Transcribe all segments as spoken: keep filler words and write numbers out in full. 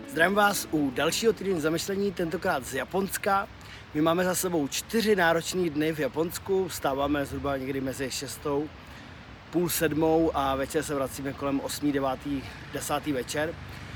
Zdravím vás u dalšího týdenního zamyšlení, tentokrát z Japonska. My máme za sebou čtyři náročné dny v Japonsku, vstáváme zhruba někdy mezi šestou, půl sedmou a večer se vracíme kolem osmý, devátý, desátý večer.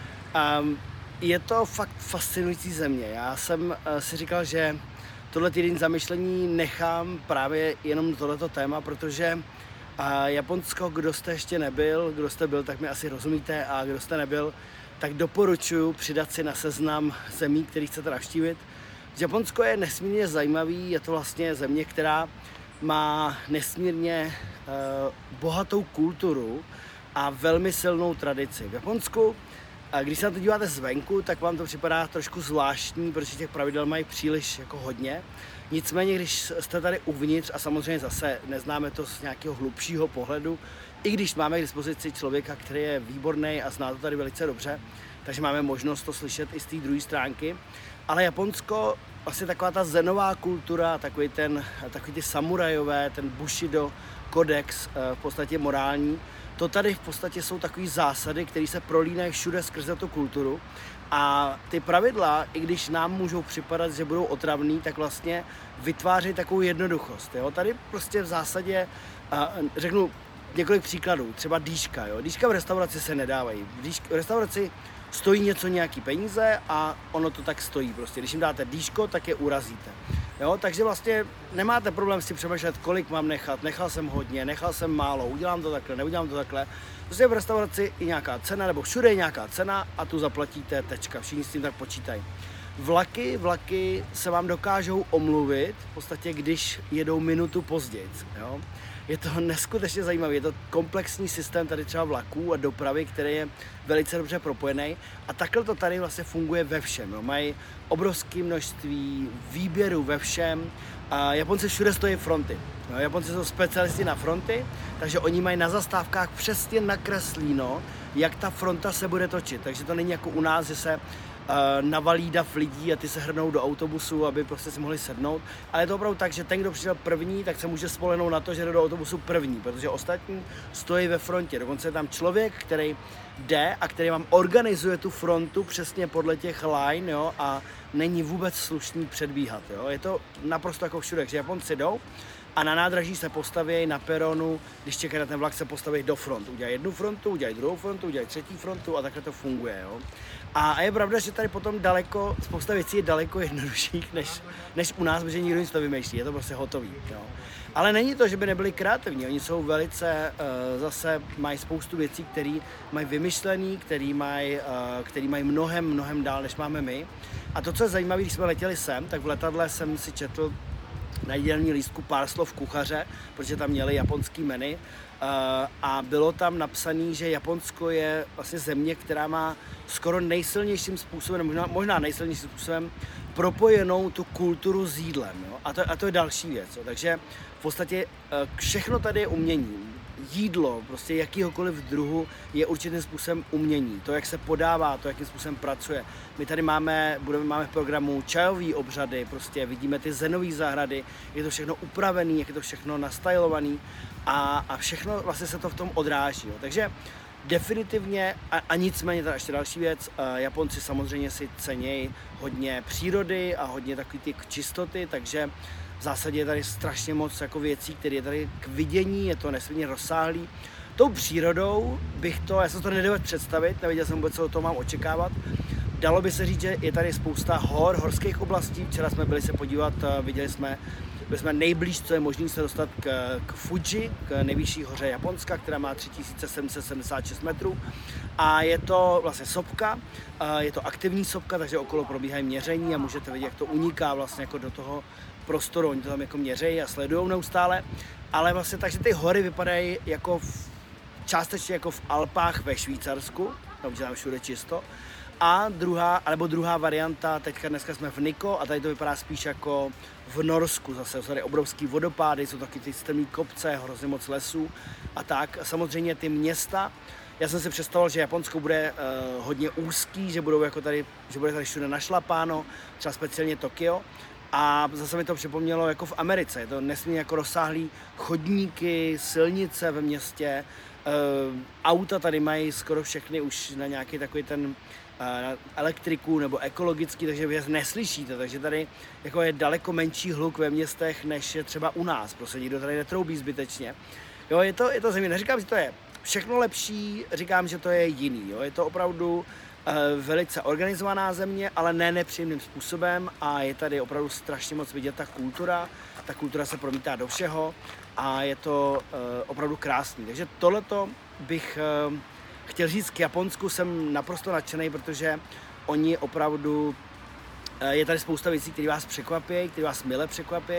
Um, je to fakt fascinující země. Já jsem uh, si říkal, že tohle týden zamyšlení nechám právě jenom tohleto téma, protože uh, Japonsko, kdo jste ještě nebyl, kdo jste byl, tak mi asi rozumíte, a kdo jste nebyl, tak doporučuji přidat si na seznam zemí, který chcete navštívit. Japonsko je nesmírně zajímavý, je to vlastně země, která má nesmírně uh, bohatou kulturu a velmi silnou tradici. V Japonsku, a když se na to díváte zvenku, tak vám to připadá trošku zvláštní, protože těch pravidel mají příliš jako hodně. Nicméně, když jste tady uvnitř, a samozřejmě zase neznáme to z nějakého hlubšího pohledu, i když máme k dispozici člověka, který je výborný a zná to tady velice dobře, takže máme možnost to slyšet i z té druhé stránky. Ale Japonsko, vlastně taková ta zenová kultura, takový, ten, takový ty samurajové, ten bushido kodex, v podstatě morální, to tady v podstatě jsou takové zásady, které se prolínají všude skrze tu kulturu. A ty pravidla, i když nám můžou připadat, že budou otravný, tak vlastně vytváří takovou jednoduchost. Jo? Tady prostě v zásadě, řeknu několik příkladů, třeba dýška. Jo? Dýška v restauraci se nedávají. V restauraci stojí něco, nějaký peníze a ono to tak stojí prostě. Když jim dáte dýško, tak je urazíte. Jo? Takže vlastně nemáte problém si přemýšlet, kolik mám nechat. Nechal jsem hodně, nechal jsem málo, udělám to takhle, neudělám to takhle. Prostě v restauraci je nějaká cena, nebo všude je nějaká cena a tu zaplatíte, tečka. Všichni s tím tak počítají. Vlaky, vlaky se vám dokážou omluvit, v podstatě, když jedou minutu později. Jo? Je to neskutečně zajímavé, je to komplexní systém tady třeba vlaků a dopravy, který je velice dobře propojený, a takhle to tady vlastně funguje ve všem. Jo? Mají obrovské množství výběrů ve všem a Japonci všude stojí fronty. Jo? Japonci jsou specialisti na fronty, takže oni mají na zastávkách přesně nakreslíno, jak ta fronta se bude točit, takže to není jako u nás, že se navalí dav lidí a ty se hrnou do autobusu, aby prostě si mohli sednout. Ale je to opravdu tak, že ten, kdo přišel první, tak se může spolehnout na to, že jde do autobusu první, protože ostatní stojí ve frontě. Dokonce je tam člověk, který jde a který vám organizuje tu frontu přesně podle těch line, jo, a není vůbec slušný předbíhat. Jo. Je to naprosto jako všude, že Japonci jdou a na nádraží se postaví, na peronu, když čekají na ten vlak, se postaví do frontu. Udělají jednu frontu, udělají druhou frontu, udělají třetí frontu a takhle to funguje. Jo. A je pravda, že tady potom daleko, spousta věcí je daleko jednodušších než, než u nás, protože nikdo nic to vymýšlí, je to prostě hotový. Jo. Ale není to, že by nebyli kreativní, oni jsou velice, uh, zase mají spoustu věcí, které mají vymyšlený, které mají, uh, který mají mnohem, mnohem dál, než máme my. A to, co je zajímavé, když jsme letěli sem, tak v letadle jsem si četl na jídelní lístku pár slov kuchaře, protože tam měli japonský menu, uh, a bylo tam napsané, že Japonsko je vlastně země, která má skoro nejsilnějším způsobem, možná, možná nejsilnějším způsobem propojenou tu kulturu s jídlem. Jo? A, to, a to je další věc. Jo? Takže v podstatě uh, všechno tady je umění. Jídlo, prostě jakýhokoliv druhu, je určitým způsobem umění. To, jak se podává, to, jakým způsobem pracuje. My tady máme, budeme, máme v programu čajové obřady, prostě vidíme ty zenové zahrady, je to všechno upravené, jak je to všechno nastylované a, a všechno vlastně se to v tom odráží. Jo. Takže definitivně, a, a nicméně teda ještě další věc, uh, Japonci samozřejmě si cenějí hodně přírody a hodně takový ty čistoty, takže v zásadě je tady strašně moc jako věcí, které je tady k vidění, je to nesmírně rozsáhlý. Tou přírodou bych to, já jsem to nedovedl představit, nevěděl jsem vůbec, co o tom mám očekávat. Dalo by se říct, že je tady spousta hor, horských oblastí. Včera jsme byli se podívat, viděli jsme, byli jsme nejblíž, co je možné se dostat k, k Fuji, k nejvyšší hoře Japonska, která má tři tisíce sedm set sedmdesát šest metrů. A je to vlastně sopka, je to aktivní sopka, takže okolo probíhají měření a můžete vidět, jak to uniká vlastně jako do toho prostoru, oni to tam jako měřejí a sledujou neustále, ale vlastně takže ty hory vypadají jako v, částečně jako v Alpách ve Švýcarsku, tam tam všude čisto. A druhá, alebo druhá varianta, teďka dneska jsme v Nikko a tady to vypadá spíš jako v Norsku zase, jsou tady obrovský vodopády, jsou taky ty strmý kopce, hrozně moc lesů a tak. A samozřejmě ty města, já jsem si představoval, že Japonsko bude uh, hodně úzký, že budou jako tady, že bude tady všude našlapáno, třeba speciálně Tokio. A zase mi to připomnělo jako v Americe, je to nesmírně jako rozsáhlý chodníky, silnice ve městě, auta tady mají skoro všechny už na nějaký takový ten na elektriku nebo ekologický, takže vy je neslyšíte, takže tady jako je daleko menší hluk ve městech, než je třeba u nás, prostě nikdo tady netroubí zbytečně. Jo, je to, je to země, neříkám, že to je všechno lepší, říkám, že to je jiný, jo, je to opravdu uh, velice organizovaná země, ale ne nepříjemným způsobem a je tady opravdu strašně moc vidět ta kultura, ta kultura se promítá do všeho a je to uh, opravdu krásný, takže tohleto bych uh, chtěl říct k Japonsku, jsem naprosto nadšený, protože oni opravdu, je tady spousta věcí, které vás překvapí, které vás mile překvapí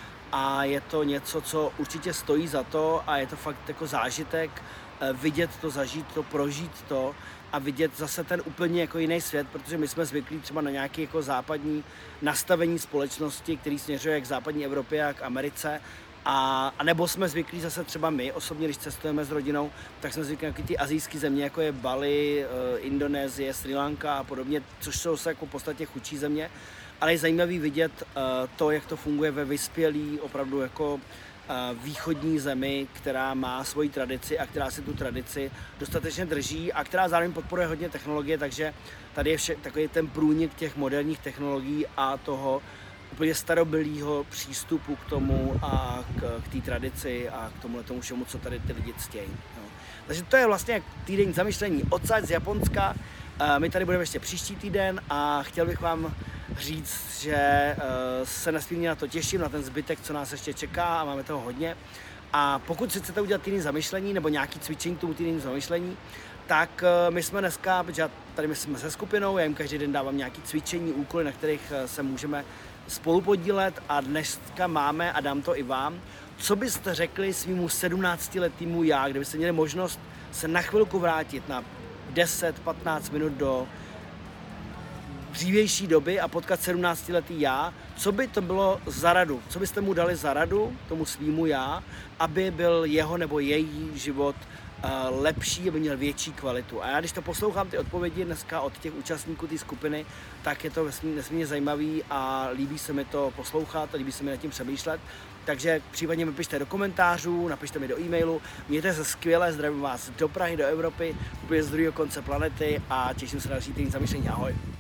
a je to něco, co určitě stojí za to a je to fakt jako zážitek vidět to, zažít to, prožít to a vidět zase ten úplně jako jiný svět, protože my jsme zvyklí třeba na nějaké jako západní nastavení společnosti, který směřuje k západní Evropě a k Americe. A, a nebo jsme zvyklí zase třeba my, osobně, když cestujeme s rodinou, tak jsme zvyklí na ty asijské země, jako je Bali, Indonésie, Srí Lanka a podobně, což jsou se jako v podstatě chudší země. Ale je zajímavý vidět uh, to, jak to funguje ve vyspělý, opravdu jako uh, východní zemi, která má svoji tradici a která si tu tradici dostatečně drží a která zároveň podporuje hodně technologie, takže tady je vše, takový ten průnik těch moderních technologií a toho úplně starobylýho přístupu k tomu a k, k té tradici a k tomuhle tomu všemu, co tady ty lidi ctějí. No. Takže to je vlastně týden zamyšlení odsaď z Japonska. Uh, my tady budeme ještě příští týden a chtěl bych vám říct, že uh, se nesmírně na to těším, na ten zbytek, co nás ještě čeká a máme toho hodně. A pokud si chcete udělat týden zamyšlení nebo nějaký cvičení k tomu týden zamyšlení, tak uh, my jsme dneska, protože tady my jsme se skupinou, já jim každý den dávám nějaký cvičení, úkoly, na kterých uh, se můžeme spolu podílet a dneska máme, a dám to i vám, co byste řekli svýmu sedmnáctiletýmu já, kdybyste měli možnost se na chvilku vrátit na deset patnáct minut do dřívější doby a potkat sedmnáctiletý já, co by to bylo za radu, co byste mu dali za radu tomu svýmu já, aby byl jeho nebo její život uh, lepší, aby měl větší kvalitu. A já když to poslouchám ty odpovědi dneska od těch účastníků té skupiny, tak je to nesmírně zajímavý a líbí se mi to poslouchat a líbí se mi nad tím přemýšlet. Takže případně mi pište do komentářů, napište mi do e-mailu. Mějte se skvěle, zdravím vás do Prahy, do Evropy, úplně z druhého konce planety a těším se na další týden zamyšlení. Ahoj.